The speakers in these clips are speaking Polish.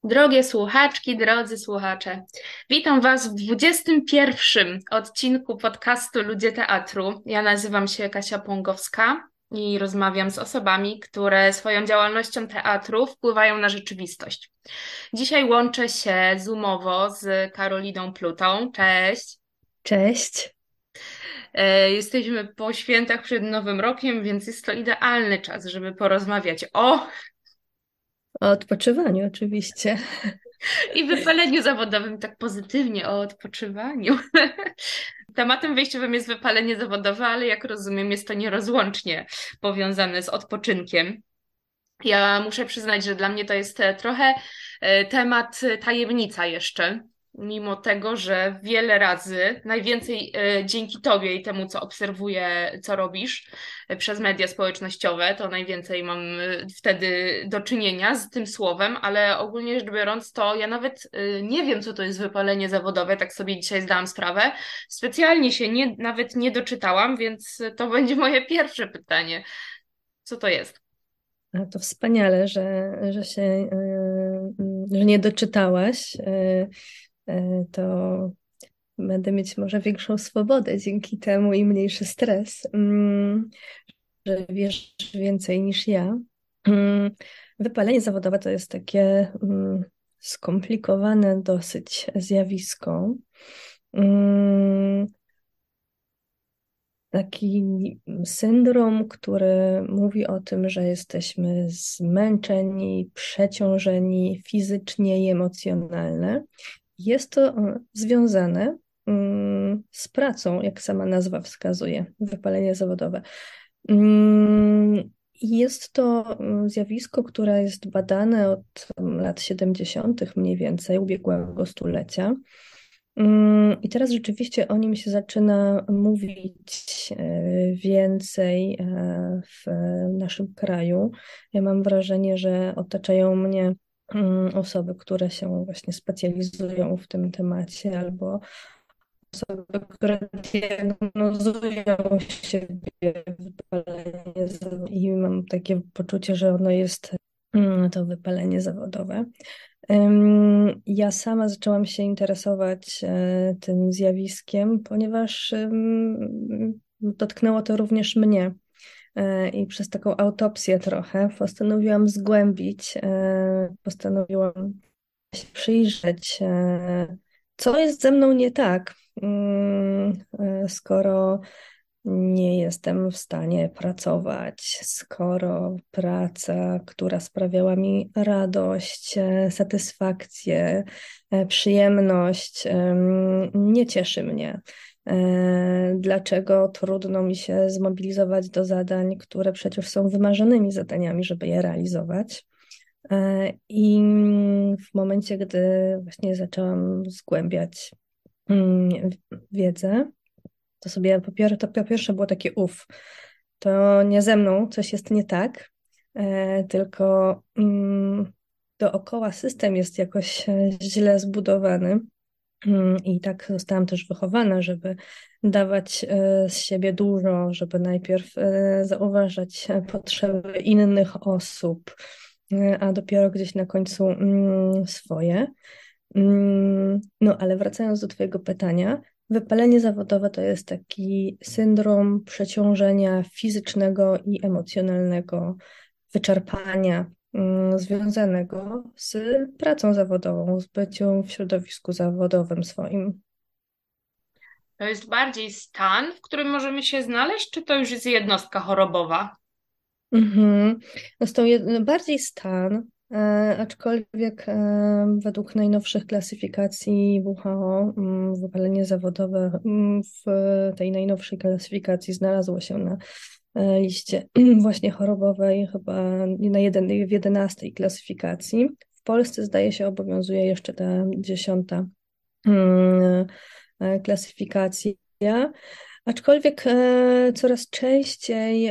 Drogie słuchaczki, drodzy słuchacze, witam Was w 21. odcinku podcastu Ludzie Teatru. Ja nazywam się Kasia Płągowska i rozmawiam z osobami, które swoją działalnością teatru wpływają na rzeczywistość. Dzisiaj łączę się zoomowo z Karoliną Plutą. Cześć. Cześć. Jesteśmy po świętach przed Nowym Rokiem, więc jest to idealny czas, żeby porozmawiać o O odpoczywaniu oczywiście. i wypaleniu zawodowym, tak pozytywnie, o odpoczywaniu. Tematem wyjściowym jest wypalenie zawodowe, ale jak rozumiem, jest to nierozłącznie powiązane z odpoczynkiem. Ja muszę przyznać, że dla mnie to jest trochę temat tajemnica jeszcze, mimo tego, że wiele razy, najwięcej dzięki Tobie i temu, co obserwuję, co robisz przez media społecznościowe, to najwięcej mam wtedy do czynienia z tym słowem, ale ogólnie rzecz biorąc, to ja nawet nie wiem, co to jest wypalenie zawodowe, tak sobie dzisiaj zdałam sprawę. Specjalnie się nawet nie doczytałam, więc to będzie moje pierwsze pytanie. Co to jest? A to wspaniale, że nie doczytałaś. To będę mieć może większą swobodę dzięki temu i mniejszy stres, że wiesz więcej niż ja. Mm, Wypalenie zawodowe to jest takie skomplikowane dosyć zjawisko. Mm, Taki syndrom, który mówi o tym, że jesteśmy zmęczeni, przeciążeni fizycznie i emocjonalnie. Jest to związane z pracą, jak sama nazwa wskazuje, wypalenie zawodowe. Jest to zjawisko, które jest badane od lat 70. mniej więcej ubiegłego stulecia. I teraz rzeczywiście o nim się zaczyna mówić więcej w naszym kraju. Ja mam wrażenie, że otaczają mnie osoby, które się właśnie specjalizują w tym temacie, albo osoby, które diagnozują siebie wypalenie zawodowe i mam takie poczucie, że ono jest to wypalenie zawodowe. Ja sama zaczęłam się interesować tym zjawiskiem, ponieważ dotknęło to również mnie. I przez taką autopsję trochę postanowiłam zgłębić, postanowiłam się przyjrzeć, co jest ze mną nie tak, skoro nie jestem w stanie pracować, skoro praca, która sprawiała mi radość, satysfakcję, przyjemność, nie cieszy mnie. Dlaczego trudno mi się zmobilizować do zadań, które przecież są wymarzonymi zadaniami, żeby je realizować? I w momencie, gdy właśnie zaczęłam zgłębiać mm, wiedzę, to sobie po pierwsze było takie to nie ze mną coś jest nie tak, tylko dookoła system jest jakoś źle zbudowany. I tak zostałam też wychowana, żeby dawać z siebie dużo, żeby najpierw zauważać potrzeby innych osób, a dopiero gdzieś na końcu swoje. No, ale wracając do Twojego pytania, wypalenie zawodowe to jest taki syndrom przeciążenia fizycznego i emocjonalnego, wyczerpania związanego z pracą zawodową, z byciem w środowisku zawodowym swoim. To jest bardziej stan, w którym możemy się znaleźć, czy to już jest jednostka chorobowa? Mhm. Jest to bardziej stan, aczkolwiek według najnowszych klasyfikacji WHO wypalenie zawodowe w tej najnowszej klasyfikacji znalazło się na liście właśnie chorobowej, chyba w 11 klasyfikacji. W Polsce zdaje się obowiązuje jeszcze ta 10 mm, klasyfikacja. Aczkolwiek coraz częściej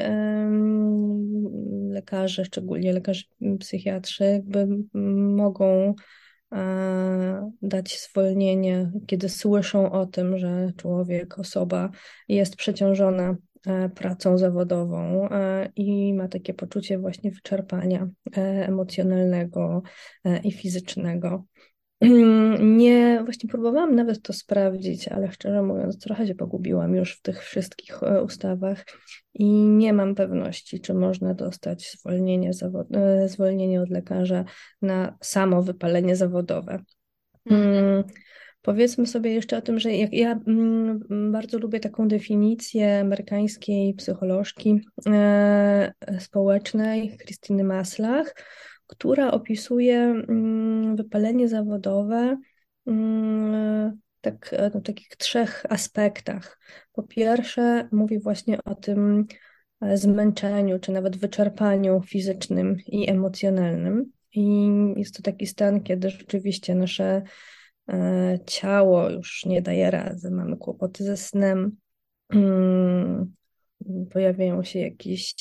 lekarze, szczególnie lekarze psychiatrzy, jakby mogą dać zwolnienie, kiedy słyszą o tym, że człowiek, osoba jest przeciążona pracą zawodową i ma takie poczucie właśnie wyczerpania emocjonalnego i fizycznego. Nie, właśnie próbowałam nawet to sprawdzić, ale szczerze mówiąc, trochę się pogubiłam już w tych wszystkich ustawach i nie mam pewności, czy można dostać zwolnienie od lekarza na samo wypalenie zawodowe. Powiedzmy sobie jeszcze o tym, że ja bardzo lubię taką definicję amerykańskiej psycholożki społecznej Christiny Maslach, która opisuje wypalenie zawodowe w takich trzech aspektach. Po pierwsze, mówi właśnie o tym zmęczeniu, czy nawet wyczerpaniu fizycznym i emocjonalnym. I jest to taki stan, kiedy rzeczywiście nasze ciało już nie daje rady, mamy kłopoty ze snem, pojawiają się jakieś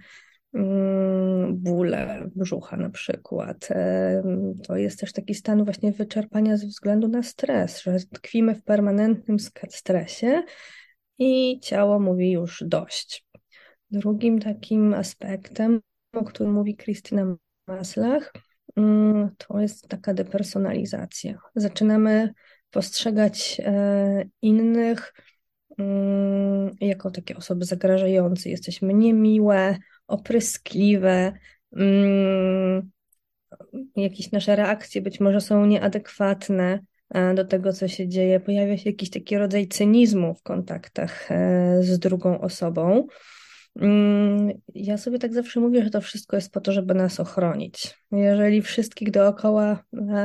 bóle brzucha na przykład. To jest też taki stan właśnie wyczerpania ze względu na stres, że tkwimy w permanentnym stresie i ciało mówi już dość. Drugim takim aspektem, o którym mówi Christina Maslach, to jest taka depersonalizacja. Zaczynamy postrzegać innych jako takie osoby zagrażające. Jesteśmy niemiłe, opryskliwe, jakieś nasze reakcje być może są nieadekwatne do tego, co się dzieje. Pojawia się jakiś taki rodzaj cynizmu w kontaktach z drugą osobą. Ja sobie tak zawsze mówię, że to wszystko jest po to, żeby nas ochronić. Jeżeli wszystkich dookoła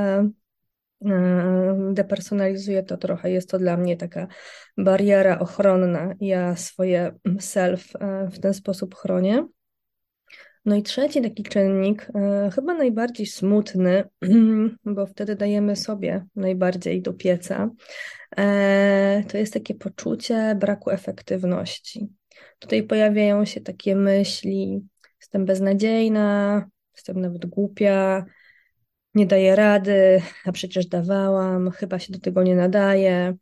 depersonalizuję, to trochę jest to dla mnie taka bariera ochronna. Ja swoje self w ten sposób chronię. No i trzeci taki czynnik, chyba najbardziej smutny, bo wtedy dajemy sobie najbardziej do pieca, to jest takie poczucie braku efektywności. Tutaj pojawiają się takie myśli, jestem beznadziejna, jestem nawet głupia, nie daję rady, a przecież dawałam, chyba się do tego nie nadaję,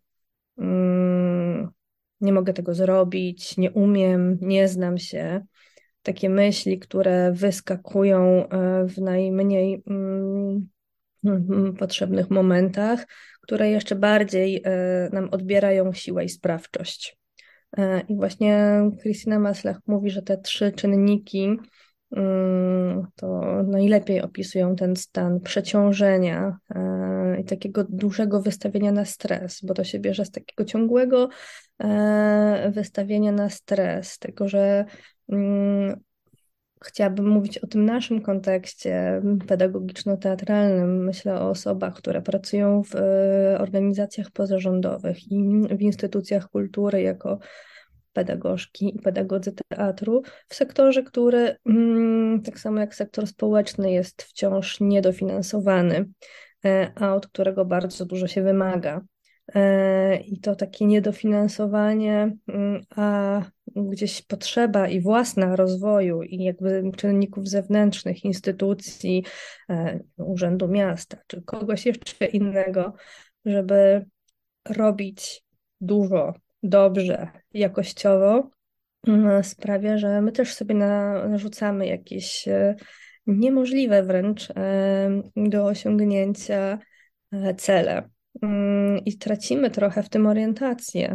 nie mogę tego zrobić, nie umiem, nie znam się. Takie myśli, które wyskakują w najmniej potrzebnych momentach, które jeszcze bardziej nam odbierają siłę i sprawczość. I właśnie Christina Maslach mówi, że te trzy czynniki to najlepiej opisują ten stan przeciążenia i takiego dużego wystawienia na stres, bo to się bierze z takiego ciągłego wystawienia na stres, tego, że chciałabym mówić o tym naszym kontekście pedagogiczno-teatralnym. Myślę o osobach, które pracują w organizacjach pozarządowych i w instytucjach kultury jako pedagogzki i pedagodzy teatru, w sektorze, który tak samo jak sektor społeczny jest wciąż niedofinansowany, a od którego bardzo dużo się wymaga. I to takie niedofinansowanie, a gdzieś potrzeba i własna rozwoju i jakby czynników zewnętrznych, instytucji, Urzędu Miasta czy kogoś jeszcze innego, żeby robić dużo, dobrze, jakościowo, sprawia, że my też sobie narzucamy jakieś niemożliwe wręcz do osiągnięcia cele. I tracimy trochę w tym orientację.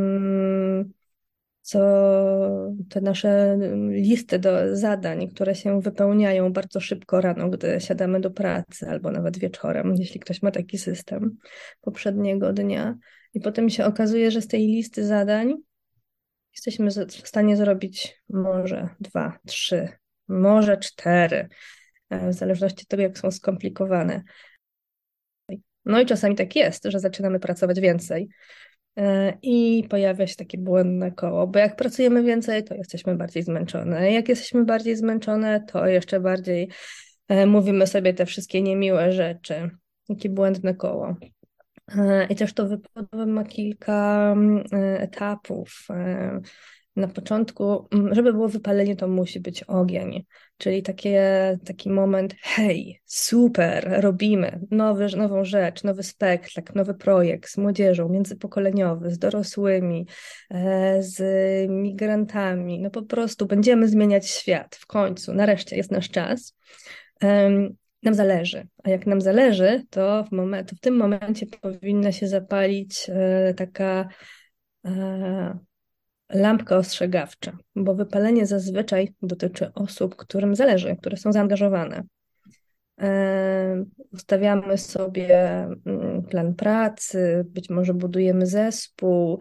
Co te nasze listy do zadań, które się wypełniają bardzo szybko rano, gdy siadamy do pracy, albo nawet wieczorem, jeśli ktoś ma taki system poprzedniego dnia. I potem się okazuje, że z tej listy zadań jesteśmy w stanie zrobić może 2, 3, może 4, w zależności od tego, jak są skomplikowane. No i czasami tak jest, że zaczynamy pracować więcej i pojawia się takie błędne koło, bo jak pracujemy więcej, to jesteśmy bardziej zmęczone. Jak jesteśmy bardziej zmęczone, to jeszcze bardziej mówimy sobie te wszystkie niemiłe rzeczy. Takie błędne koło. I też to wypadłowe ma kilka etapów. na początku, żeby było wypalenie, to musi być ogień, czyli taki moment, hej, super, robimy nową rzecz, nowy spektakl, nowy projekt z młodzieżą, międzypokoleniowy, z dorosłymi, z migrantami, no po prostu będziemy zmieniać świat w końcu, nareszcie jest nasz czas. Nam zależy, a jak nam zależy, to w tym momencie powinna się zapalić taka lampka ostrzegawcza, bo wypalenie zazwyczaj dotyczy osób, którym zależy, które są zaangażowane. Ustawiamy sobie plan pracy, być może budujemy zespół,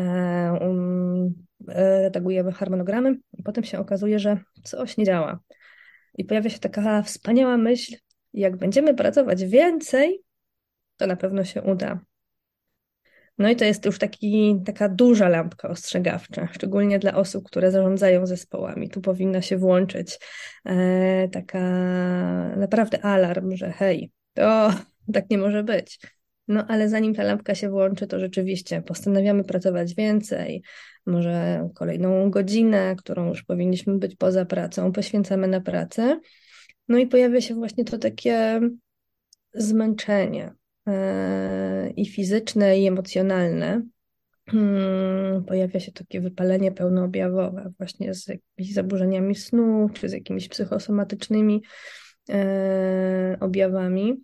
redagujemy harmonogramy, i potem się okazuje, że coś nie działa. I pojawia się taka wspaniała myśl, jak będziemy pracować więcej, to na pewno się uda. No i to jest już taka duża lampka ostrzegawcza, szczególnie dla osób, które zarządzają zespołami. Tu powinna się włączyć taka naprawdę alarm, że hej, to tak nie może być. No ale zanim ta lampka się włączy, to rzeczywiście postanawiamy pracować więcej, może kolejną godzinę, którą już powinniśmy być poza pracą, poświęcamy na pracę. No i pojawia się właśnie to takie zmęczenie i fizyczne, i emocjonalne. Pojawia się takie wypalenie pełnoobjawowe, właśnie z jakimiś zaburzeniami snu, czy z jakimiś psychosomatycznymi objawami.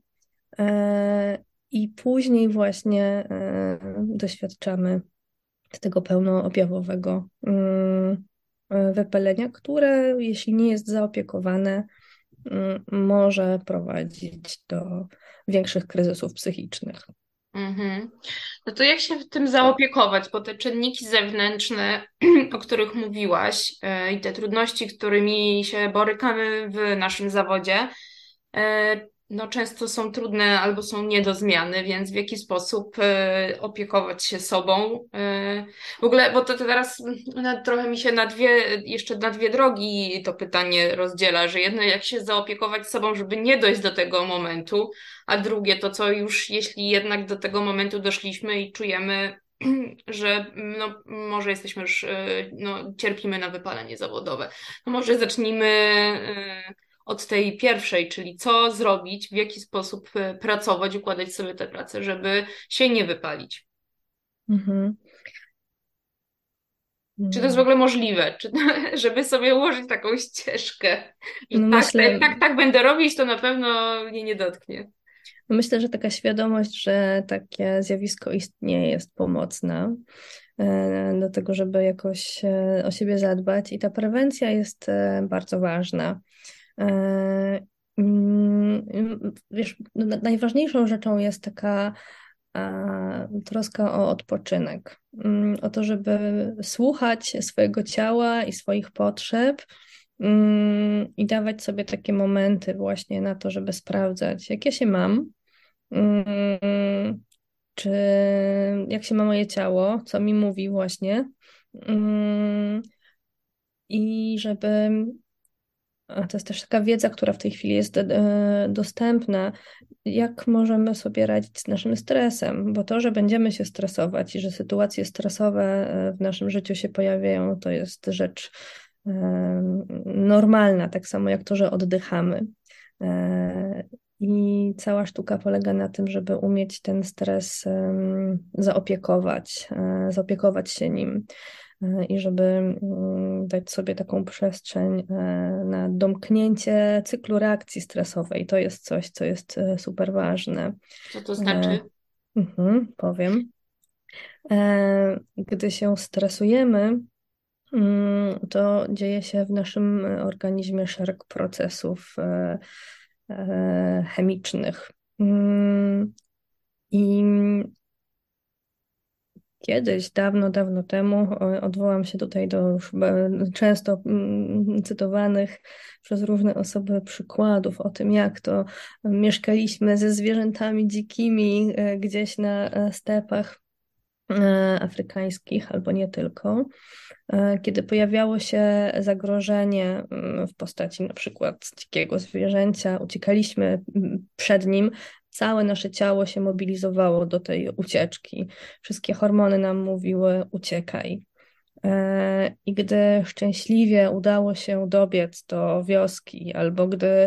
I później właśnie doświadczamy tego pełnoobjawowego wypalenia, które, jeśli nie jest zaopiekowane, może prowadzić do większych kryzysów psychicznych. Mhm. No to jak się w tym zaopiekować? Bo te czynniki zewnętrzne, o których mówiłaś, i te trudności, którymi się borykamy w naszym zawodzie, no często są trudne albo są nie do zmiany, więc w jaki sposób opiekować się sobą? W ogóle, bo to teraz trochę mi się jeszcze na dwie drogi to pytanie rozdziela, że jedno jak się zaopiekować sobą, żeby nie dojść do tego momentu, a drugie to co już, jeśli jednak do tego momentu doszliśmy i czujemy, że no, może jesteśmy już, no, cierpimy na wypalenie zawodowe. No może zacznijmy od tej pierwszej, czyli co zrobić, w jaki sposób pracować, układać sobie tę pracę, żeby się nie wypalić. Mhm. Czy to jest w ogóle możliwe? Żeby sobie ułożyć taką ścieżkę, że No tak, myślę, tak będę robić, to na pewno mnie nie dotknie. no myślę, że taka świadomość, że takie zjawisko istnieje, jest pomocna do tego, żeby jakoś o siebie zadbać, i ta prewencja jest bardzo ważna. Wiesz, najważniejszą rzeczą jest taka troska o odpoczynek, o to, żeby słuchać swojego ciała i swoich potrzeb, i dawać sobie takie momenty właśnie na to, żeby sprawdzać, jak ja się mam, czy jak się ma moje ciało, co mi mówi właśnie, i żeby a to jest też taka wiedza, która w tej chwili jest dostępna, jak możemy sobie radzić z naszym stresem, bo to, że będziemy się stresować i że sytuacje stresowe w naszym życiu się pojawiają, to jest rzecz normalna, tak samo jak to, że oddychamy. I cała sztuka polega na tym, żeby umieć ten stres zaopiekować się nim, i żeby dać sobie taką przestrzeń na domknięcie cyklu reakcji stresowej. To jest coś, co jest super ważne. Co to znaczy? Powiem. Gdy się stresujemy, to dzieje się w naszym organizmie szereg procesów chemicznych. I kiedyś, dawno, dawno temu, odwołam się tutaj do już często cytowanych przez różne osoby przykładów o tym, jak to mieszkaliśmy ze zwierzętami dzikimi gdzieś na stepach afrykańskich, albo nie tylko. Kiedy pojawiało się zagrożenie w postaci na przykład dzikiego zwierzęcia, uciekaliśmy przed nim, całe nasze ciało się mobilizowało do tej ucieczki. Wszystkie hormony nam mówiły: uciekaj. I gdy szczęśliwie udało się dobiec do wioski, albo gdy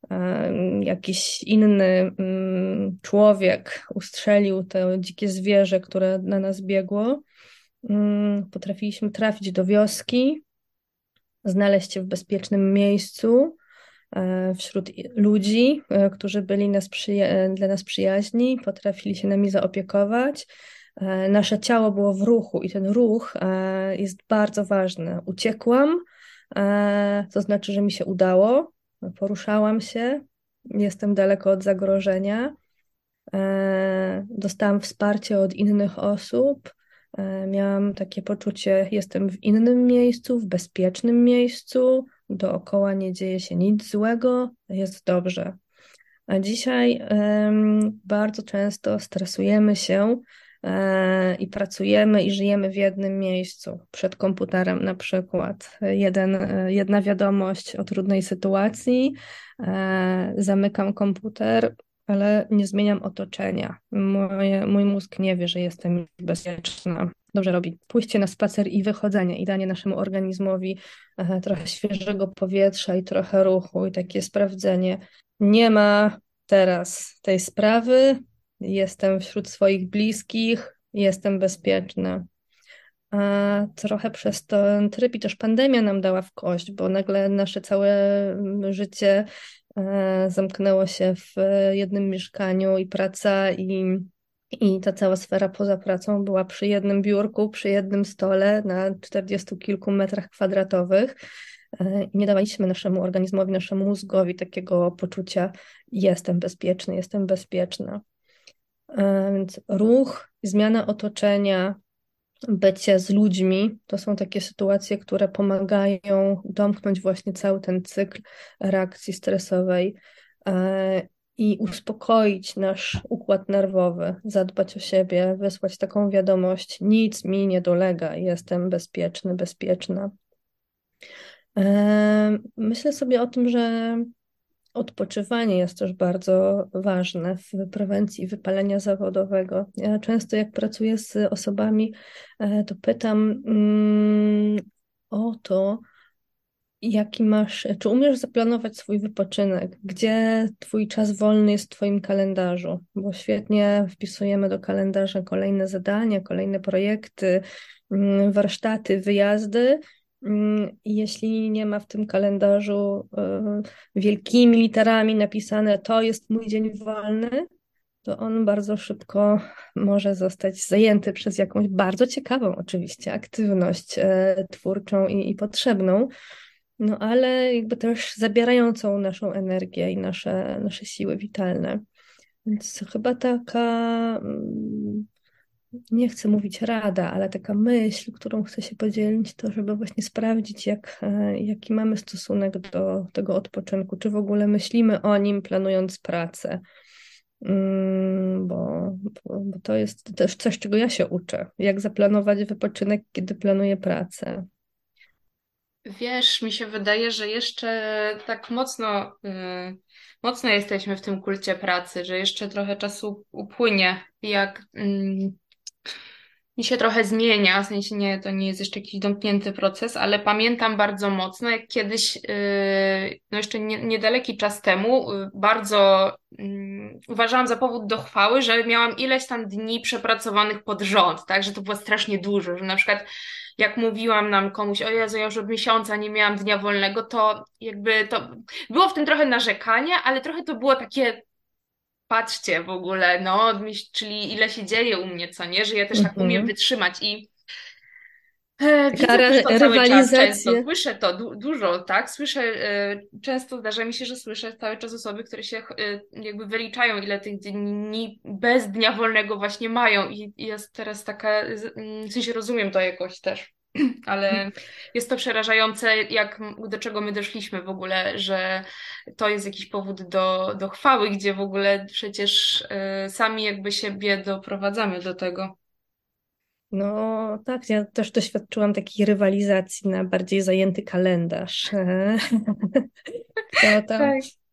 jakiś inny człowiek ustrzelił to dzikie zwierzę, które na nas biegło, potrafiliśmy trafić do wioski, znaleźć się w bezpiecznym miejscu, wśród ludzi, którzy byli dla nas przyjaźni, potrafili się nami zaopiekować. Nasze ciało było w ruchu i ten ruch jest bardzo ważny. Uciekłam, to znaczy, że mi się udało, poruszałam się, jestem daleko od zagrożenia. Dostałam wsparcie od innych osób. Miałam takie poczucie, jestem w innym miejscu, w bezpiecznym miejscu, dookoła nie dzieje się nic złego, jest dobrze. A dzisiaj bardzo często stresujemy się i pracujemy i żyjemy w jednym miejscu, przed komputerem na przykład. Jedna wiadomość o trudnej sytuacji, zamykam komputer, ale nie zmieniam otoczenia. Mój mózg nie wie, że jestem bezpieczna. Dobrze robi pójście na spacer i wychodzenie i danie naszemu organizmowi trochę świeżego powietrza i trochę ruchu i takie sprawdzenie. Nie ma teraz tej sprawy, jestem wśród swoich bliskich, jestem bezpieczna. A trochę przez ten tryb i też pandemia nam dała w kość, bo nagle nasze całe życie zamknęło się w jednym mieszkaniu i praca i ta cała sfera poza pracą była przy jednym biurku, przy jednym stole na 40 kilku metrach kwadratowych. I nie dawaliśmy naszemu organizmowi, naszemu mózgowi takiego poczucia jestem bezpieczny, jestem bezpieczna. Więc ruch, zmiana otoczenia, bycie z ludźmi, to są takie sytuacje, które pomagają domknąć właśnie cały ten cykl reakcji stresowej i uspokoić nasz układ nerwowy, zadbać o siebie, wysłać taką wiadomość, nic mi nie dolega, jestem bezpieczny, bezpieczna. Myślę sobie o tym, że odpoczywanie jest też bardzo ważne w prewencji wypalenia zawodowego. Ja często jak pracuję z osobami, to pytam o to, czy umiesz zaplanować swój wypoczynek? Gdzie twój czas wolny jest w twoim kalendarzu? Bo świetnie wpisujemy do kalendarza kolejne zadania, kolejne projekty, warsztaty, wyjazdy. I jeśli nie ma w tym kalendarzu wielkimi literami napisane, to jest mój dzień wolny, to on bardzo szybko może zostać zajęty przez jakąś bardzo ciekawą oczywiście aktywność twórczą i potrzebną, no ale jakby też zabierającą naszą energię i nasze siły witalne. Więc chyba taka, nie chcę mówić rada, ale taka myśl, którą chcę się podzielić, to żeby właśnie sprawdzić, jaki mamy stosunek do tego odpoczynku, czy w ogóle myślimy o nim, planując pracę. Bo to jest też coś, czego ja się uczę. Jak zaplanować wypoczynek, kiedy planuję pracę. Wiesz, mi się wydaje, że jeszcze tak mocno jesteśmy w tym kulcie pracy, że jeszcze trochę czasu upłynie, jak mi się trochę zmienia, w sensie nie, to nie jest jeszcze jakiś domknięty proces, ale pamiętam bardzo mocno, jak kiedyś, no jeszcze niedaleki czas temu, bardzo uważałam za powód do chwały, że miałam ileś tam dni przepracowanych pod rząd, tak, że to było strasznie dużo, że na przykład jak mówiłam nam komuś, o Jezu, ja już od miesiąca nie miałam dnia wolnego, to jakby to było w tym trochę narzekania, ale trochę to było takie patrzcie w ogóle, no, czyli ile się dzieje u mnie, co nie, że ja też tak umiem Mhm. wytrzymać i Taka widzę też to cały czas często, rywalizacja. słyszę to dużo, tak, słyszę, często zdarza mi się, że słyszę cały czas osoby, które się jakby wyliczają, ile tych dni bez dnia wolnego właśnie mają i jest teraz taka, w sensie rozumiem to jakoś też, ale jest to przerażające, do czego my doszliśmy w ogóle, że to jest jakiś powód do chwały, gdzie w ogóle przecież sami jakby siebie doprowadzamy do tego. No tak, ja też doświadczyłam takiej rywalizacji na bardziej zajęty kalendarz. Kto tam Tak.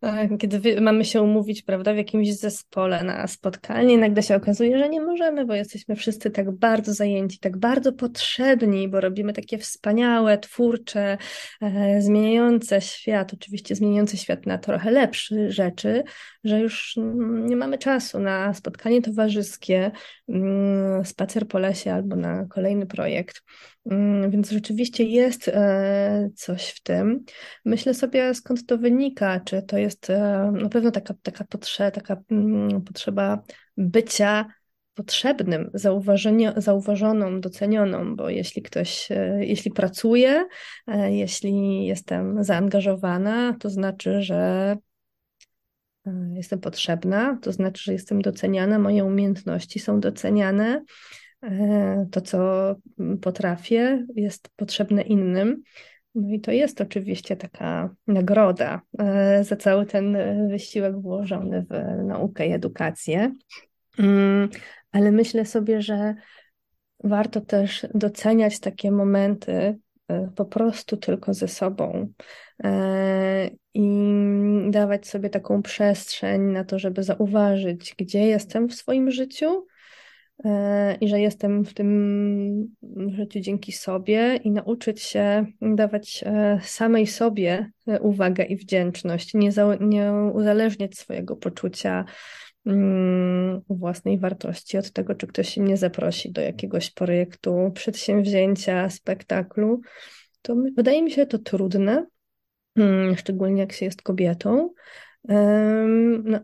Kiedy mamy się umówić, prawda, w jakimś zespole na spotkanie, nagle się okazuje, że nie możemy, bo jesteśmy wszyscy tak bardzo zajęci, tak bardzo potrzebni, bo robimy takie wspaniałe, twórcze, zmieniające świat, oczywiście zmieniające świat na trochę lepsze rzeczy, że już nie mamy czasu na spotkanie towarzyskie, spacer po lesie albo na kolejny projekt. Więc rzeczywiście jest coś w tym. Myślę sobie, skąd to wynika, czy to jest na pewno taka potrzeba bycia potrzebnym, zauważoną, docenioną, bo jeśli pracuję, jeśli jestem zaangażowana, to znaczy, że jestem potrzebna, to znaczy, że jestem doceniana, moje umiejętności są doceniane, to, co potrafię, jest potrzebne innym. No i to jest oczywiście taka nagroda za cały ten wysiłek włożony w naukę i edukację. Ale myślę sobie, że warto też doceniać takie momenty po prostu tylko ze sobą i dawać sobie taką przestrzeń na to, żeby zauważyć, gdzie jestem w swoim życiu i że jestem w tym życiu dzięki sobie i nauczyć się dawać samej sobie uwagę i wdzięczność, nie uzależniać swojego poczucia własnej wartości od tego, czy ktoś mnie zaprosi do jakiegoś projektu, przedsięwzięcia, spektaklu. To wydaje mi się to trudne, szczególnie jak się jest kobietą, no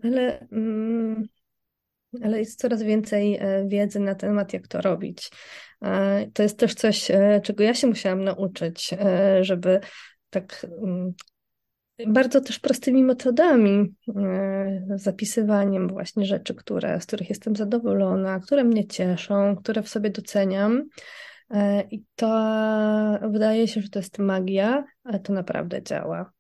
ale jest coraz więcej wiedzy na temat, jak to robić. To jest też coś, czego ja się musiałam nauczyć, żeby tak bardzo też prostymi metodami, zapisywaniem właśnie rzeczy, z których jestem zadowolona, które mnie cieszą, które w sobie doceniam. I to wydaje się, że to jest magia, ale to naprawdę działa.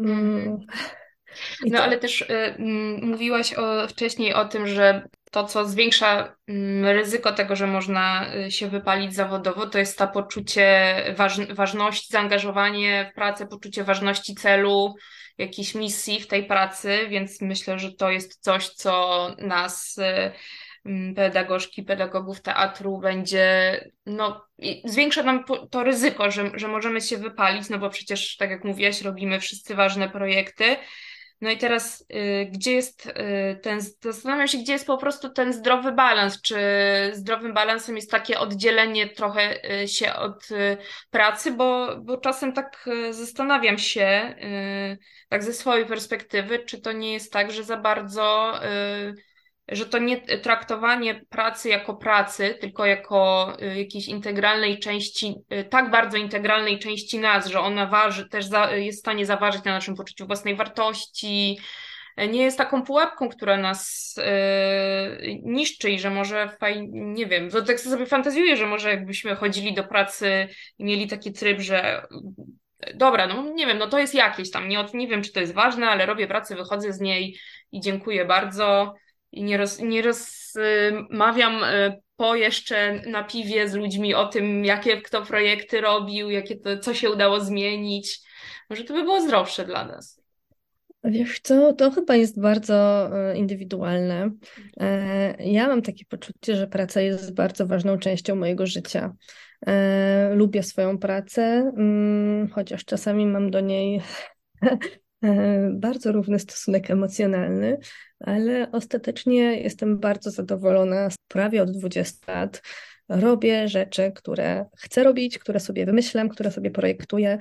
I No to ale też mówiłaś wcześniej o tym, że to, co zwiększa ryzyko tego, że można się wypalić zawodowo, to jest to poczucie ważności, zaangażowanie w pracę, poczucie ważności celu, jakiejś misji w tej pracy, więc myślę, że to jest coś, co nas, pedagogzki, pedagogów teatru będzie, no, zwiększa nam to ryzyko, że możemy się wypalić, no bo przecież, tak jak mówiłaś, robimy wszyscy ważne projekty. No i teraz, gdzie jest zastanawiam się, gdzie jest po prostu ten zdrowy balans. Czy zdrowym balansem jest takie oddzielenie trochę się od pracy, bo czasem tak zastanawiam się, tak ze swojej perspektywy, czy to nie jest tak, że za bardzo, że to nie traktowanie pracy jako pracy, tylko jako jakiejś integralnej części, tak bardzo integralnej części nas, że ona jest w stanie zaważyć na naszym poczuciu własnej wartości, nie jest taką pułapką, która nas niszczy i że może fajnie, nie wiem, to tak sobie fantazjuję, że może jakbyśmy chodzili do pracy i mieli taki tryb, że dobra, no nie wiem, no to jest jakieś tam, nie wiem, czy to jest ważne, ale robię pracę, wychodzę z niej i dziękuję bardzo i nie rozmawiam po jeszcze na piwie z ludźmi o tym, jakie kto projekty robił, co się udało zmienić. Może to by było zdrowsze dla nas. Wiesz co, to chyba jest bardzo indywidualne. Ja mam takie poczucie, że praca jest bardzo ważną częścią mojego życia. Lubię swoją pracę, chociaż czasami mam do niej bardzo równy stosunek emocjonalny, ale ostatecznie jestem bardzo zadowolona. Prawie od 20 lat robię rzeczy, które chcę robić, które sobie wymyślam, które sobie projektuję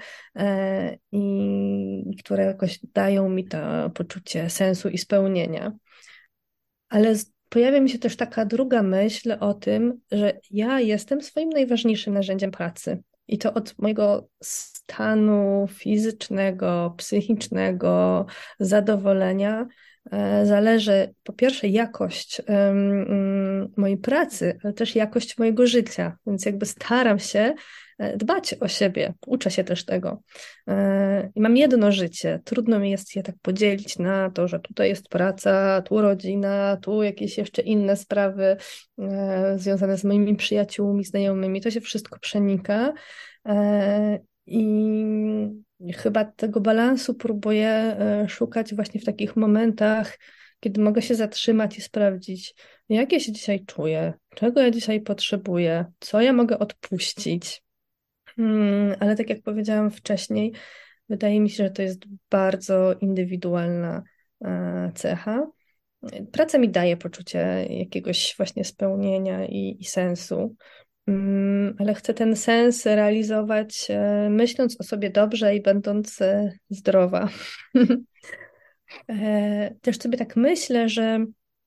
i które jakoś dają mi to poczucie sensu i spełnienia. Ale pojawia mi się też taka druga myśl o tym, że ja jestem swoim najważniejszym narzędziem pracy. I to od mojego stanu fizycznego, psychicznego zadowolenia zależy po pierwsze jakość mojej pracy, ale też jakość mojego życia. Więc jakby staram się dbać o siebie. Uczę się też tego. I mam jedno życie. Trudno mi jest je tak podzielić na to, że tutaj jest praca, tu rodzina, tu jakieś jeszcze inne sprawy związane z moimi przyjaciółmi, znajomymi. To się wszystko przenika. I chyba tego balansu próbuję szukać właśnie w takich momentach, kiedy mogę się zatrzymać i sprawdzić, jak ja się dzisiaj czuję, czego ja dzisiaj potrzebuję, co ja mogę odpuścić. Ale tak jak powiedziałam wcześniej, wydaje mi się, że to jest bardzo indywidualna cecha. Praca mi daje poczucie jakiegoś właśnie spełnienia i sensu, ale chcę ten sens realizować myśląc o sobie dobrze i będąc zdrowa. Też sobie tak myślę, że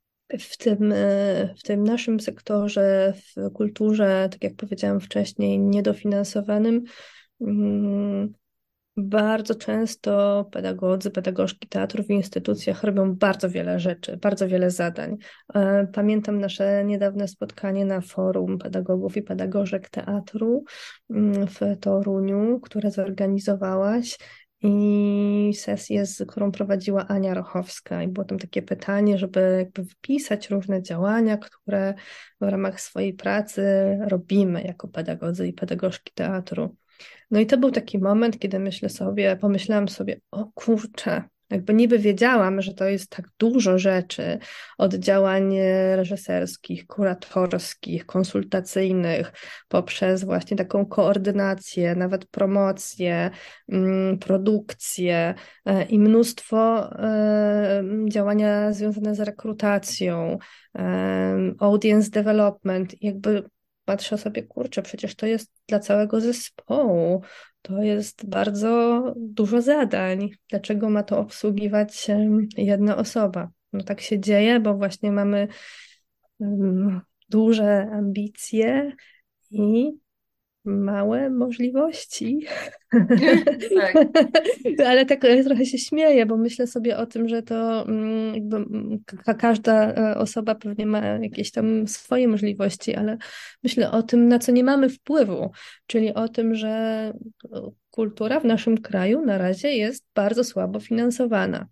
w tym naszym sektorze, w kulturze, tak jak powiedziałam wcześniej, niedofinansowanym, mm, bardzo często pedagodzy, pedagogzki teatru w instytucjach robią bardzo wiele rzeczy, bardzo wiele zadań. Pamiętam nasze niedawne spotkanie na forum pedagogów i pedagogzek teatru w Toruniu, które zorganizowałaś. I sesję, którą prowadziła Ania Rochowska. I było tam takie pytanie, żeby jakby wypisać różne działania, które w ramach swojej pracy robimy jako pedagodzy i pedagogzki teatru. No i to był taki moment, kiedy pomyślałam sobie, o kurczę, jakby niby wiedziałam, że to jest tak dużo rzeczy, od działań reżyserskich, kuratorskich, konsultacyjnych, poprzez właśnie taką koordynację, nawet promocję, produkcję i mnóstwo działania związane z rekrutacją, audience development, jakby patrzę sobie, kurczę, przecież to jest dla całego zespołu. To jest bardzo dużo zadań. Dlaczego ma to obsługiwać jedna osoba? No tak się dzieje, bo właśnie mamy duże ambicje i małe możliwości. Tak. Ale tak trochę się śmieję, bo myślę sobie o tym, że to jakby każda osoba pewnie ma jakieś tam swoje możliwości, ale myślę o tym, na co nie mamy wpływu, czyli o tym, że kultura w naszym kraju na razie jest bardzo słabo finansowana.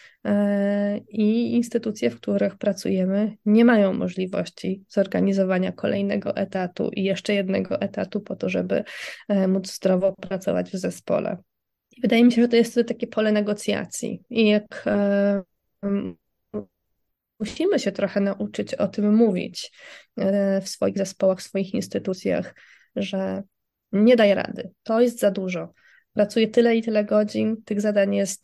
I instytucje, w których pracujemy, nie mają możliwości zorganizowania kolejnego etatu i jeszcze jednego etatu po to, żeby móc zdrowo pracować w zespole. I wydaje mi się, że to jest takie pole negocjacji. I jak musimy się trochę nauczyć o tym mówić w swoich zespołach, w swoich instytucjach, że nie daj rady, to jest za dużo. Pracuję tyle i tyle godzin, tych zadań jest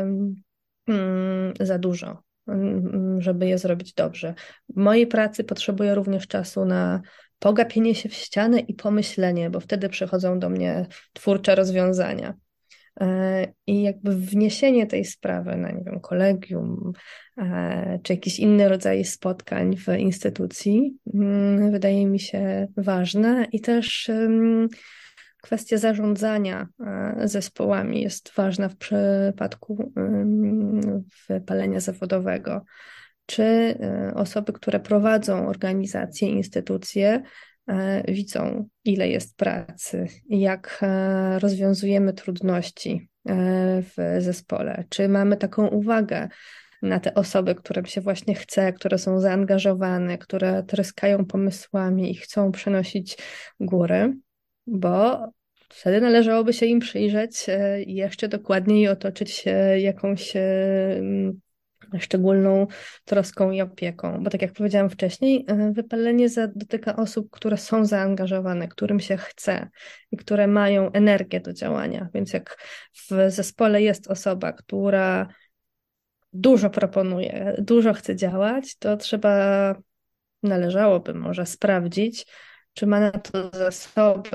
za dużo, żeby je zrobić dobrze. W mojej pracy potrzebuję również czasu na pogapienie się w ścianę i pomyślenie, bo wtedy przychodzą do mnie twórcze rozwiązania. I jakby wniesienie tej sprawy na, nie wiem, kolegium, czy jakiś inny rodzaj spotkań w instytucji, wydaje mi się ważne i też kwestia zarządzania zespołami jest ważna w przypadku wypalenia zawodowego. Czy osoby, które prowadzą organizacje, instytucje, widzą, ile jest pracy, jak rozwiązujemy trudności w zespole, czy mamy taką uwagę na te osoby, którym się właśnie chce, które są zaangażowane, które tryskają pomysłami i chcą przenosić góry, bo wtedy należałoby się im przyjrzeć i jeszcze dokładniej otoczyć się jakąś szczególną troską i opieką, bo tak jak powiedziałam wcześniej, wypalenie dotyka osób, które są zaangażowane, którym się chce i które mają energię do działania, więc jak w zespole jest osoba, która dużo proponuje, dużo chce działać, to należałoby może sprawdzić, czy ma na to zasoby.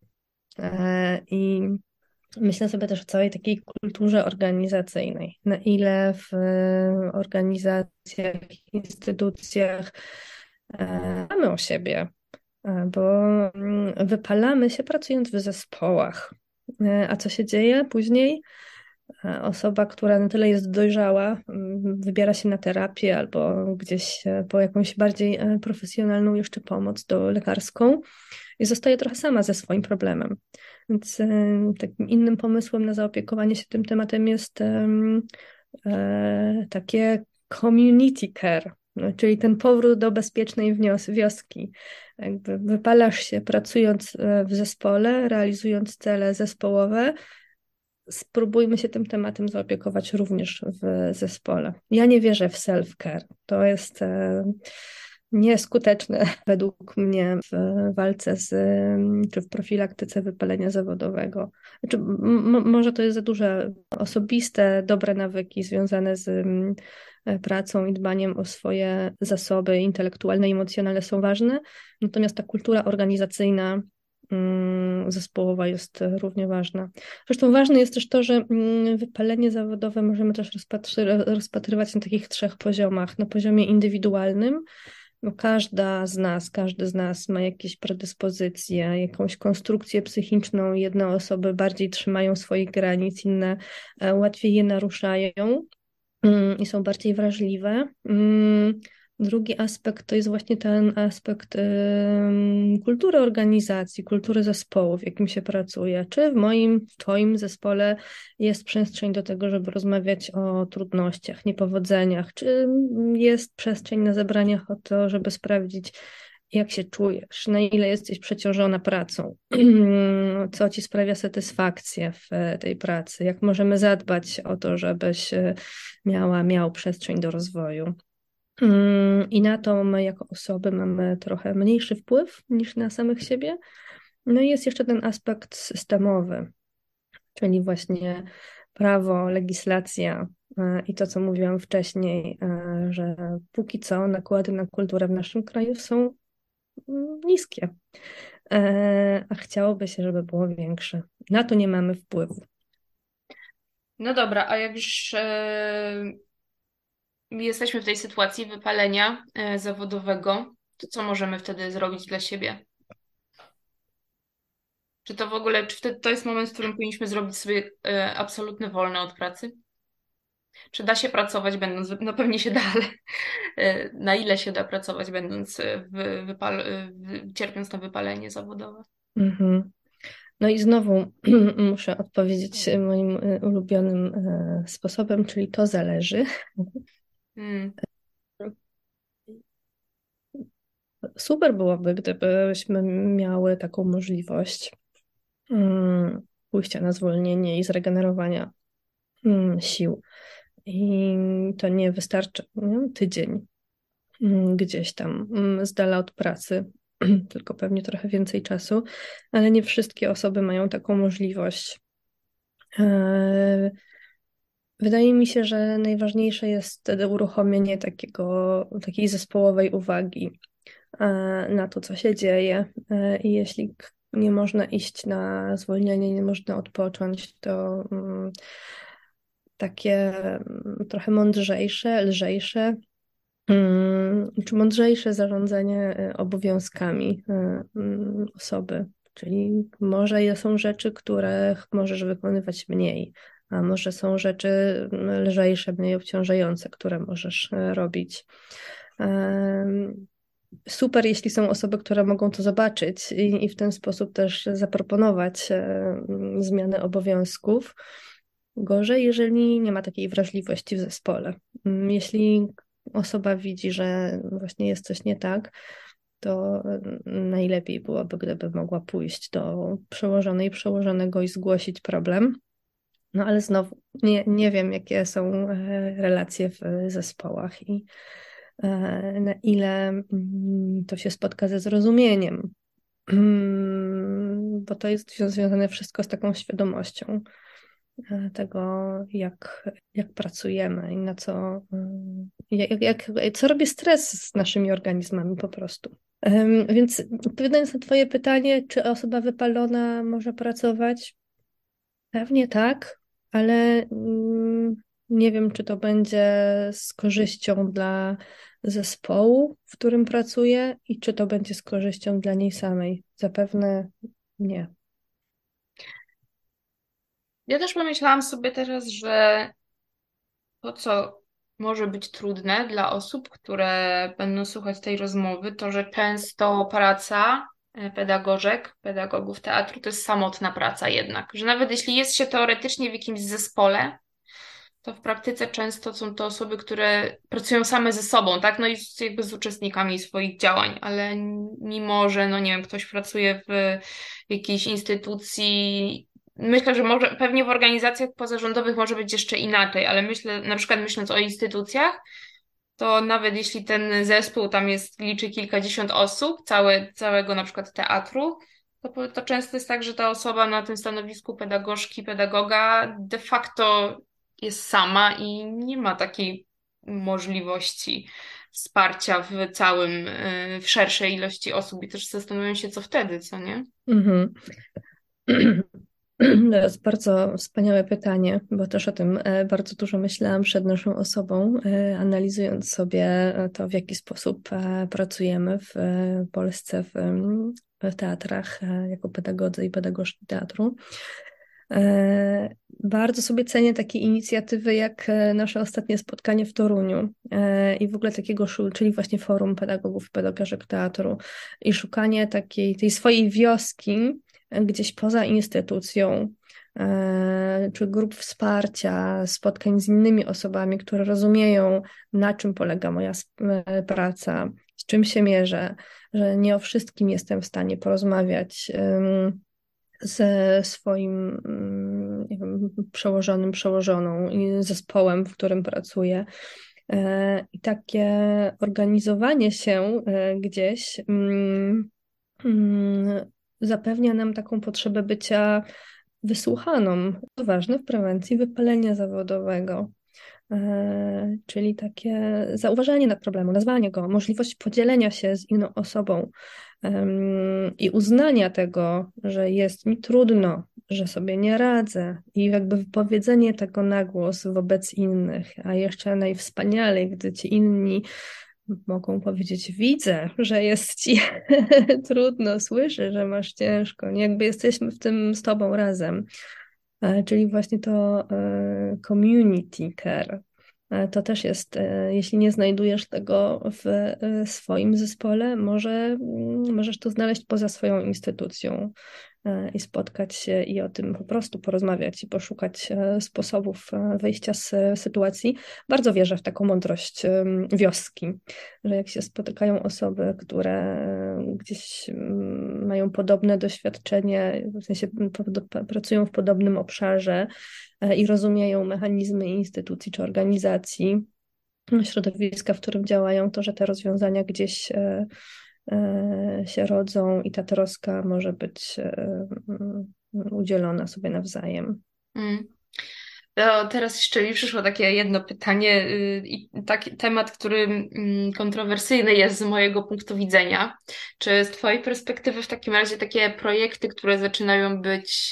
I myślę sobie też o całej takiej kulturze organizacyjnej, na ile w organizacjach, instytucjach dbamy o siebie, bo wypalamy się pracując w zespołach. A co się dzieje później? Osoba, która na tyle jest dojrzała, wybiera się na terapię albo gdzieś po jakąś bardziej profesjonalną jeszcze pomoc lekarską i zostaje trochę sama ze swoim problemem. Więc takim innym pomysłem na zaopiekowanie się tym tematem jest takie community care, No, czyli ten powrót do bezpiecznej wioski. Jakby wypalasz się pracując w zespole, realizując cele zespołowe. Spróbujmy się tym tematem zaopiekować również w zespole. Ja nie wierzę w self-care. To jest nieskuteczne według mnie w walce czy w profilaktyce wypalenia zawodowego. Znaczy, może to jest za duże osobiste, dobre nawyki związane z pracą i dbaniem o swoje zasoby intelektualne i emocjonalne są ważne, natomiast ta kultura organizacyjna zespołowa jest równie ważna. Zresztą ważne jest też to, że wypalenie zawodowe możemy też rozpatrywać na takich trzech poziomach. Na poziomie indywidualnym, bo każdy z nas ma jakieś predyspozycje, jakąś konstrukcję psychiczną. Jedne osoby bardziej trzymają swoich granic, inne łatwiej je naruszają i są bardziej wrażliwe. Drugi aspekt to jest właśnie ten aspekt kultury organizacji, kultury zespołu, w jakim się pracuje. Czy w Twoim zespole jest przestrzeń do tego, żeby rozmawiać o trudnościach, niepowodzeniach? Czy jest przestrzeń na zebraniach o to, żeby sprawdzić, jak się czujesz, na ile jesteś przeciążona pracą, co ci sprawia satysfakcję w tej pracy, jak możemy zadbać o to, żebyś miał przestrzeń do rozwoju. I na to my jako osoby mamy trochę mniejszy wpływ niż na samych siebie. No i jest jeszcze ten aspekt systemowy, czyli właśnie prawo, legislacja i to, co mówiłam wcześniej, że póki co nakłady na kulturę w naszym kraju są niskie, a chciałoby się, żeby było większe. Na to nie mamy wpływu. No dobra, a jak już jesteśmy w tej sytuacji wypalenia zawodowego, to co możemy wtedy zrobić dla siebie? Czy to w ogóle, czy wtedy to jest moment, w którym powinniśmy zrobić sobie absolutny wolny od pracy? Czy da się pracować będąc, no pewnie się da, ale na ile się da pracować będąc cierpiąc na wypalenie zawodowe? Mhm. No i znowu muszę odpowiedzieć moim ulubionym sposobem, czyli to zależy. Hmm. Super byłoby, gdybyśmy miały taką możliwość pójścia na zwolnienie i zregenerowania sił. I to nie wystarczy, nie? Tydzień gdzieś tam z dala od pracy, tylko pewnie trochę więcej czasu, ale nie wszystkie osoby mają taką możliwość. Wydaje mi się, że najważniejsze jest wtedy uruchomienie takiej zespołowej uwagi na to, co się dzieje. I jeśli nie można iść na zwolnienie, nie można odpocząć, to takie trochę mądrzejsze, lżejsze, czy mądrzejsze zarządzanie obowiązkami osoby. Czyli może są rzeczy, których możesz wykonywać mniej, a może są rzeczy lżejsze, mniej obciążające, które możesz robić. Super, jeśli są osoby, które mogą to zobaczyć i w ten sposób też zaproponować zmianę obowiązków. Gorzej, jeżeli nie ma takiej wrażliwości w zespole. Jeśli osoba widzi, że właśnie jest coś nie tak, to najlepiej byłoby, gdyby mogła pójść do przełożonej, przełożonego i zgłosić problem. No ale znowu nie wiem, jakie są relacje w zespołach i na ile to się spotka ze zrozumieniem, bo to jest związane wszystko z taką świadomością tego, jak pracujemy i na co, co robi stres z naszymi organizmami po prostu. Więc odpowiadając na Twoje pytanie, czy osoba wypalona może pracować? Pewnie tak, ale nie wiem, czy to będzie z korzyścią dla zespołu, w którym pracuje i czy to będzie z korzyścią dla niej samej. Zapewne nie. Ja też pomyślałam sobie teraz, że to, co może być trudne dla osób, które będą słuchać tej rozmowy, to, że często praca pedagogów teatru to jest samotna praca jednak, że nawet jeśli jest się teoretycznie w jakimś zespole, To w praktyce często są to osoby, które pracują same ze sobą, tak? No i jakby z uczestnikami swoich działań, ale mimo, że, no nie wiem, ktoś pracuje w jakiejś instytucji, myślę, że może, pewnie w organizacjach pozarządowych może być jeszcze inaczej, ale myślę, na przykład myśląc o instytucjach, to nawet jeśli ten zespół tam liczy kilkadziesiąt osób, całego na przykład teatru, to często jest tak, że ta osoba na tym stanowisku pedagogzki, pedagoga de facto jest sama i nie ma takiej możliwości wsparcia w szerszej ilości osób i też zastanawiam się, co wtedy, co nie? Mhm. To jest bardzo wspaniałe pytanie, bo też o tym bardzo dużo myślałam przed naszą osobą, analizując sobie to, w jaki sposób pracujemy w Polsce w teatrach jako pedagodzy i pedagogzki teatru. Bardzo sobie cenię takie inicjatywy jak nasze ostatnie spotkanie w Toruniu i w ogóle takiego, czyli właśnie Forum Pedagogów i Pedagogzek Teatru i szukanie tej swojej wioski gdzieś poza instytucją, czy grup wsparcia, spotkań z innymi osobami, które rozumieją, na czym polega moja praca, z czym się mierzę, że nie o wszystkim jestem w stanie porozmawiać ze swoim nie wiem, przełożonym, przełożoną i zespołem, w którym pracuję. I takie organizowanie się gdzieś zapewnia nam taką potrzebę bycia wysłuchaną. To ważne w prewencji wypalenia zawodowego. Czyli takie zauważanie nad problemu, nazwanie go, możliwość podzielenia się z inną osobą i uznania tego, że jest mi trudno, że sobie nie radzę i jakby wypowiedzenie tego na głos wobec innych, a jeszcze najwspanialej, gdy ci inni mogą powiedzieć, widzę, że jest ci trudno, słyszę, że masz ciężko, nie? Jakby jesteśmy w tym z tobą razem. Czyli właśnie to community care. To też jest, jeśli nie znajdujesz tego w swoim zespole, możesz to znaleźć poza swoją instytucją i spotkać się i o tym po prostu porozmawiać i poszukać sposobów wyjścia z sytuacji. Bardzo wierzę w taką mądrość wioski, że jak się spotykają osoby, które gdzieś mają podobne doświadczenie, w sensie pracują w podobnym obszarze i rozumieją mechanizmy instytucji czy organizacji, środowiska, w którym działają, to że te rozwiązania gdzieś się rodzą i ta troska może być udzielona sobie nawzajem. Mm. To teraz jeszcze mi przyszło takie jedno pytanie i taki temat, który kontrowersyjny jest z mojego punktu widzenia. Czy z Twojej perspektywy w takim razie takie projekty, które zaczynają być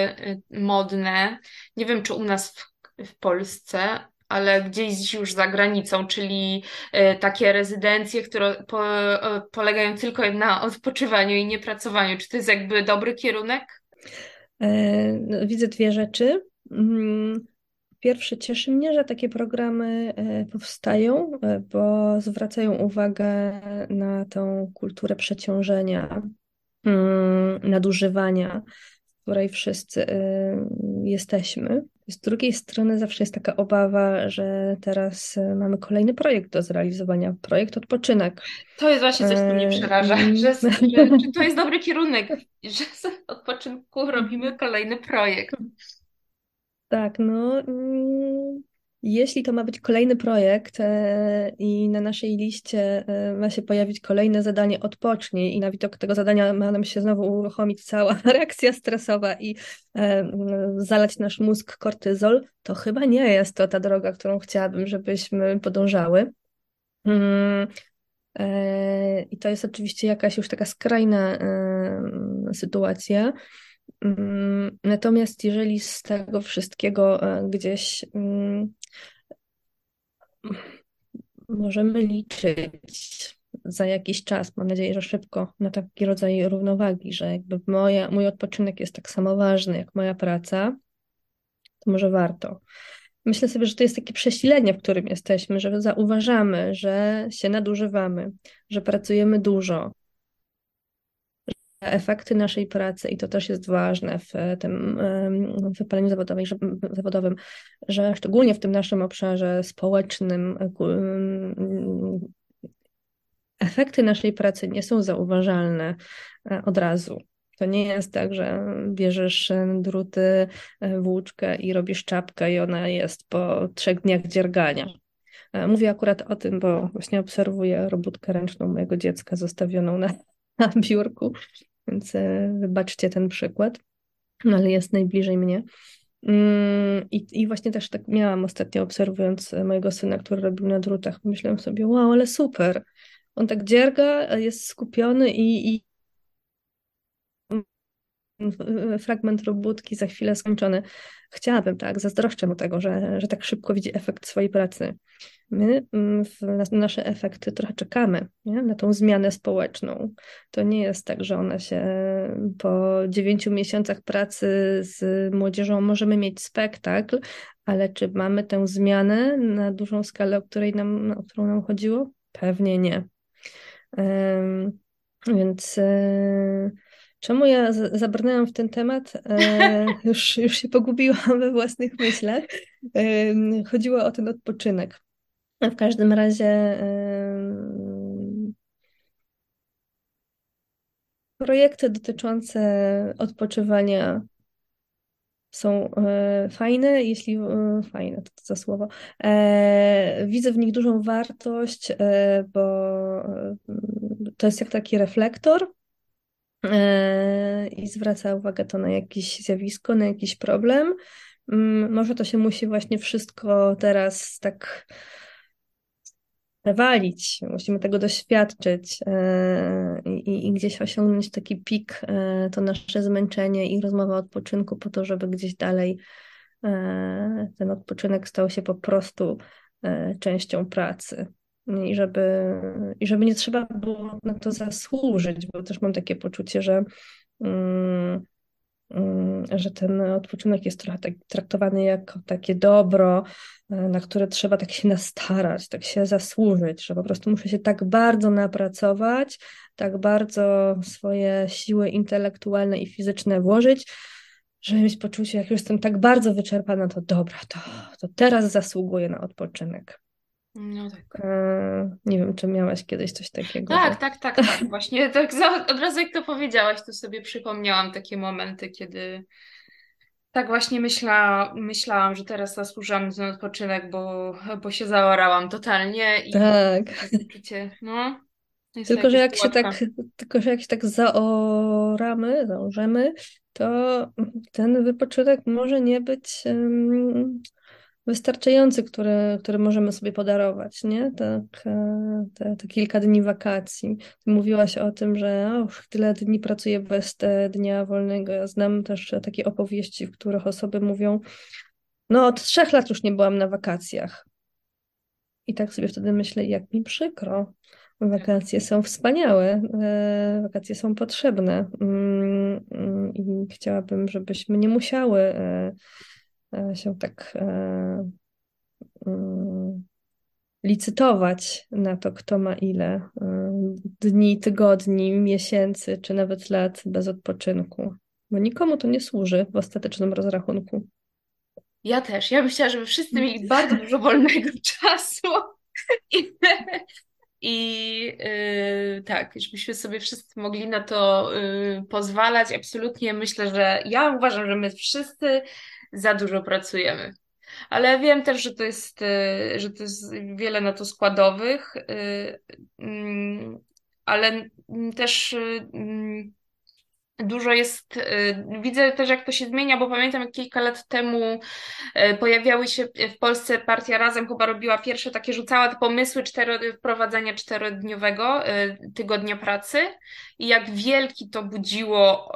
modne, nie wiem czy u nas w Polsce, ale gdzieś już za granicą, czyli takie rezydencje, które polegają tylko na odpoczywaniu i niepracowaniu. Czy to jest jakby dobry kierunek? No, widzę dwie rzeczy. Pierwsze, cieszy mnie, że takie programy powstają, bo zwracają uwagę na tą kulturę przeciążenia, nadużywania, w której wszyscy jesteśmy. Z drugiej strony zawsze jest taka obawa, że teraz mamy kolejny projekt do zrealizowania, projekt odpoczynek. To jest właśnie coś, co mnie przeraża, czy to jest dobry kierunek, że z odpoczynku robimy kolejny projekt. Tak, no jeśli to ma być kolejny projekt i na naszej liście ma się pojawić kolejne zadanie odpocznij i na widok tego zadania ma nam się znowu uruchomić cała reakcja stresowa i zalać nasz mózg kortyzol, to chyba nie jest to ta droga, którą chciałabym, żebyśmy podążały. I to jest oczywiście jakaś już taka skrajna sytuacja. Natomiast jeżeli z tego wszystkiego gdzieś możemy liczyć za jakiś czas, mam nadzieję, że szybko, na taki rodzaj równowagi, że jakby mój odpoczynek jest tak samo ważny jak moja praca, to może warto. Myślę sobie, że to jest takie przesilenie, w którym jesteśmy, że zauważamy, że się nadużywamy, że pracujemy dużo, efekty naszej pracy, i to też jest ważne w tym wypaleniu zawodowym, że szczególnie w tym naszym obszarze społecznym efekty naszej pracy nie są zauważalne od razu. To nie jest tak, że bierzesz druty, włóczkę i robisz czapkę i ona jest po 3 dniach dziergania. Mówię akurat o tym, bo właśnie obserwuję robótkę ręczną mojego dziecka zostawioną na biurku, więc wybaczcie ten przykład, no ale jest najbliżej mnie. I właśnie też tak miałam ostatnio, obserwując mojego syna, który robił na drutach. Myślałam sobie, wow, ale super. On tak dzierga, jest skupiony i fragment robótki za chwilę skończony. Chciałabym, tak, zazdroszczę mu tego, że tak szybko widzi efekt swojej pracy. My na nasze efekty trochę czekamy, nie? Na tą zmianę społeczną. To nie jest tak, że ona się po 9 miesiącach pracy z młodzieżą możemy mieć spektakl, ale czy mamy tę zmianę na dużą skalę, o którą nam chodziło? Pewnie nie. Więc czemu ja zabrnęłam w ten temat? Już się pogubiłam we własnych myślach. Chodziło o ten odpoczynek. W każdym razie projekty dotyczące odpoczywania są fajne, jeśli fajne, to za słowo. Widzę w nich dużą wartość, bo to jest jak taki reflektor i zwraca uwagę to na jakieś zjawisko, na jakiś problem. Może to się musi właśnie wszystko teraz tak walić, musimy tego doświadczyć i gdzieś osiągnąć taki pik, to nasze zmęczenie i rozmowa o odpoczynku po to, żeby gdzieś dalej ten odpoczynek stał się po prostu częścią pracy. I żeby nie trzeba było na to zasłużyć, bo też mam takie poczucie, że ten odpoczynek jest trochę tak traktowany jako takie dobro, na które trzeba tak się nastarać, tak się zasłużyć, że po prostu muszę się tak bardzo napracować, tak bardzo swoje siły intelektualne i fizyczne włożyć, żeby mieć poczucie, jak już jestem tak bardzo wyczerpana, to dobra, to teraz zasługuję na odpoczynek. No tak. Nie wiem, czy miałaś kiedyś coś takiego, że... Tak. Właśnie tak od razu jak to powiedziałaś, to sobie przypomniałam takie momenty, kiedy tak właśnie myślałam, że teraz zasłużyłam na ten odpoczynek, bo się zaorałam totalnie i Tak. takie poczucie, no, jest to Tylko, że jakaś jak się pułapka. tak, tylko, że jak się tak zaorzemy, to ten wypoczynek może nie być wystarczający, który możemy sobie podarować, nie? Tak, te kilka dni wakacji. Ty mówiłaś o tym, że tyle dni pracuję bez dnia wolnego. Ja znam też takie opowieści, w których osoby mówią, no od 3 lat już nie byłam na wakacjach. I tak sobie wtedy myślę, jak mi przykro. Tak. Wakacje są wspaniałe, wakacje są potrzebne i chciałabym, żebyśmy nie musiały się tak mm, licytować na to, kto ma ile dni, tygodni, miesięcy, czy nawet lat bez odpoczynku. Bo nikomu to nie służy w ostatecznym rozrachunku. Ja też. Ja bym chciała, żeby wszyscy mieli bardzo dużo wolnego czasu i, tak, żebyśmy sobie wszyscy mogli na to pozwalać. Absolutnie myślę, że ja uważam, że my wszyscy za dużo pracujemy. Ale wiem też, że to jest wiele na to składowych, ale też dużo jest, widzę też jak to się zmienia, bo pamiętam jak kilka lat temu pojawiały się w Polsce, partia Razem chyba robiła pierwsze takie, rzucała te pomysły wprowadzenia 4-dniowego tygodnia pracy i jak wielki to budziło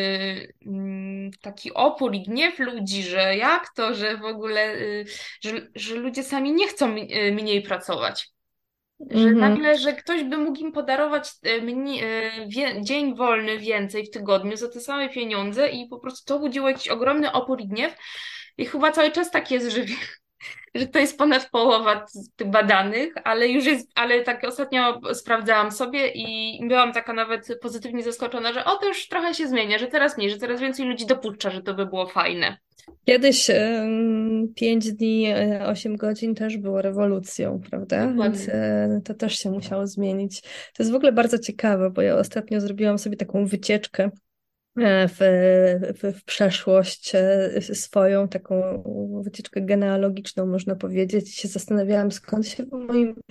taki opór i gniew ludzi, że jak to, że w ogóle, że ludzie sami nie chcą mniej pracować. Że Mhm. nagle, że ktoś by mógł im podarować dzień wolny więcej w tygodniu za te same pieniądze i po prostu to budziło jakiś ogromny opór i gniew. I chyba cały czas tak jest, że że to jest ponad połowa tych badanych, ale już jest, ale tak ostatnio sprawdzałam sobie i byłam taka nawet pozytywnie zaskoczona, że o, to już trochę się zmienia, że teraz mniej, że teraz więcej ludzi dopuszcza, że to by było fajne. Kiedyś 5 dni, 8 godzin też było rewolucją, prawda? Więc Dokładnie. to też się musiało zmienić. To jest w ogóle bardzo ciekawe, bo ja ostatnio zrobiłam sobie taką wycieczkę w przeszłość swoją, taką wycieczkę genealogiczną, można powiedzieć. I się zastanawiałam, skąd się w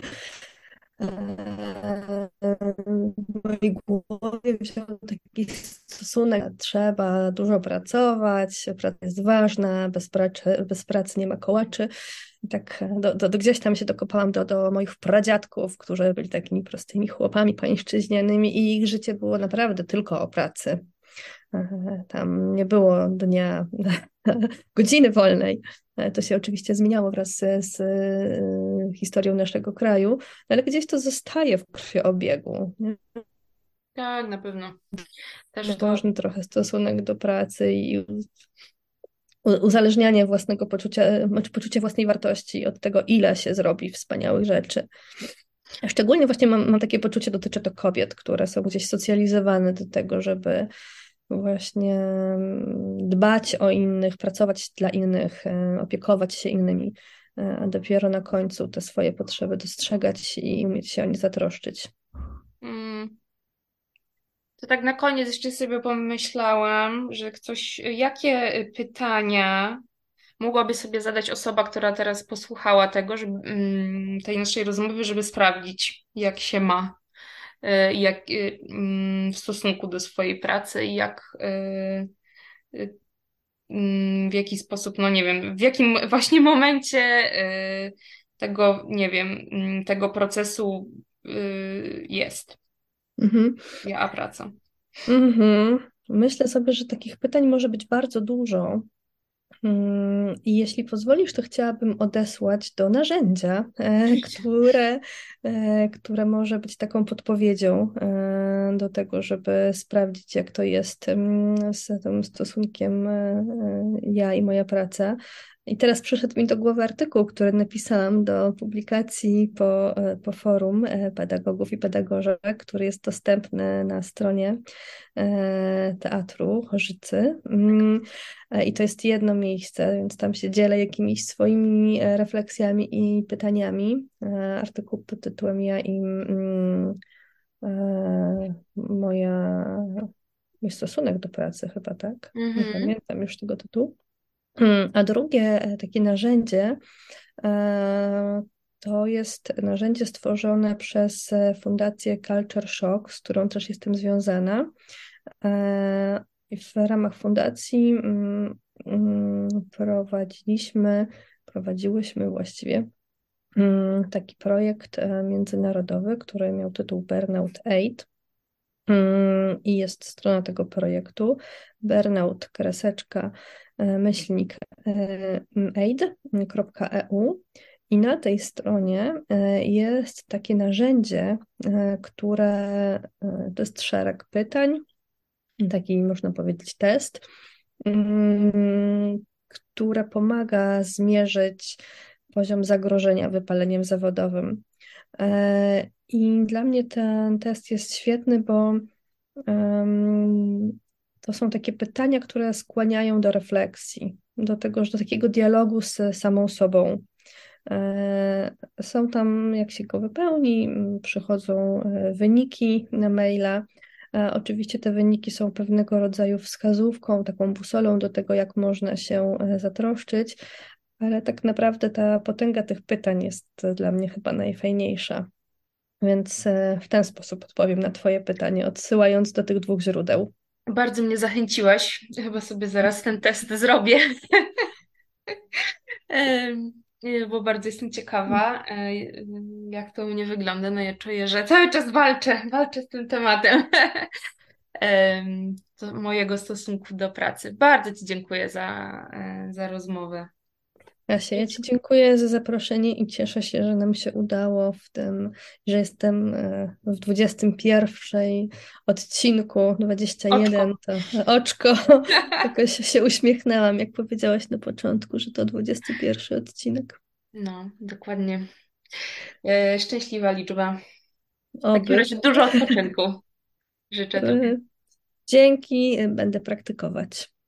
mojej głowie wziął taki stosunek. Trzeba dużo pracować, praca jest ważna, bez pracy nie ma kołaczy. I tak gdzieś tam się dokopałam do moich pradziadków, którzy byli takimi prostymi chłopami pańszczyźnianymi i ich życie było naprawdę tylko o pracy. Tam nie było dnia, godziny wolnej. To się oczywiście zmieniało wraz z historią naszego kraju, no ale gdzieś to zostaje w krwiobiegu. Nie? Tak, na pewno. Też to. Ważny trochę stosunek do pracy i uzależnianie własnego poczucia, znaczy poczucia własnej wartości od tego, ile się zrobi wspaniałych rzeczy. Szczególnie właśnie mam takie poczucie, dotyczy to kobiet, które są gdzieś socjalizowane do tego, żeby właśnie dbać o innych, pracować dla innych, opiekować się innymi, a dopiero na końcu te swoje potrzeby dostrzegać i umieć się o nie zatroszczyć. Mm, to tak na koniec jeszcze sobie pomyślałam, że jakie pytania mogłaby sobie zadać osoba, która teraz posłuchała tego, tej naszej rozmowy, żeby sprawdzić, jak się ma, w stosunku do swojej pracy i w jaki sposób, no nie wiem, w jakim właśnie momencie tego, nie wiem, tego procesu jest Mhm. a praca. Mhm. Myślę sobie, że takich pytań może być bardzo dużo. I jeśli pozwolisz, to chciałabym odesłać do narzędzia, które może być taką podpowiedzią do tego, żeby sprawdzić, jak to jest z tym stosunkiem ja i moja praca. I teraz przyszedł mi do głowy artykuł, który napisałam do publikacji po forum pedagogów i pedagogzek, który jest dostępny na stronie Teatru Chorzycy. I to jest jedno miejsce, więc tam się dzielę jakimiś swoimi refleksjami i pytaniami. Artykuł pod tytułem Ja i moja, mój stosunek do pracy, chyba tak. Nie Mhm. pamiętam już tego tytułu. A drugie takie narzędzie to jest narzędzie stworzone przez Fundację Culture Shock, z którą też jestem związana. I w ramach fundacji prowadziłyśmy właściwie taki projekt międzynarodowy, który miał tytuł Burnout Aid. I jest strona tego projektu burnout-myślnik aid.eu i na tej stronie jest takie narzędzie, które to jest szereg pytań, taki można powiedzieć test, które pomaga zmierzyć poziom zagrożenia wypaleniem zawodowym. I dla mnie ten test jest świetny, bo to są takie pytania, które skłaniają do refleksji, do tego, do takiego dialogu z samą sobą. Są tam, jak się go wypełni, przychodzą wyniki na maila. Oczywiście te wyniki są pewnego rodzaju wskazówką, taką busolą do tego, jak można się zatroszczyć, ale tak naprawdę ta potęga tych pytań jest dla mnie chyba najfajniejsza. Więc w ten sposób odpowiem na Twoje pytanie, odsyłając do tych dwóch źródeł. Bardzo mnie zachęciłaś. Chyba sobie zaraz ten test zrobię. Bo bardzo jestem ciekawa, jak to u mnie wygląda. No ja czuję, że cały czas walczę z tym tematem mojego stosunku do pracy. Bardzo Ci dziękuję za rozmowę. Asia, ja Ci dziękuję za zaproszenie i cieszę się, że nam się udało w tym, że jestem w 21 odcinku, 21 Oczko. to oczko, jakoś się uśmiechnęłam, jak powiedziałaś na początku, że to 21 odcinek. No, dokładnie. Szczęśliwa liczba. W takim Oby. razie dużo odpoczynku życzę Tobie. Dzięki, będę praktykować.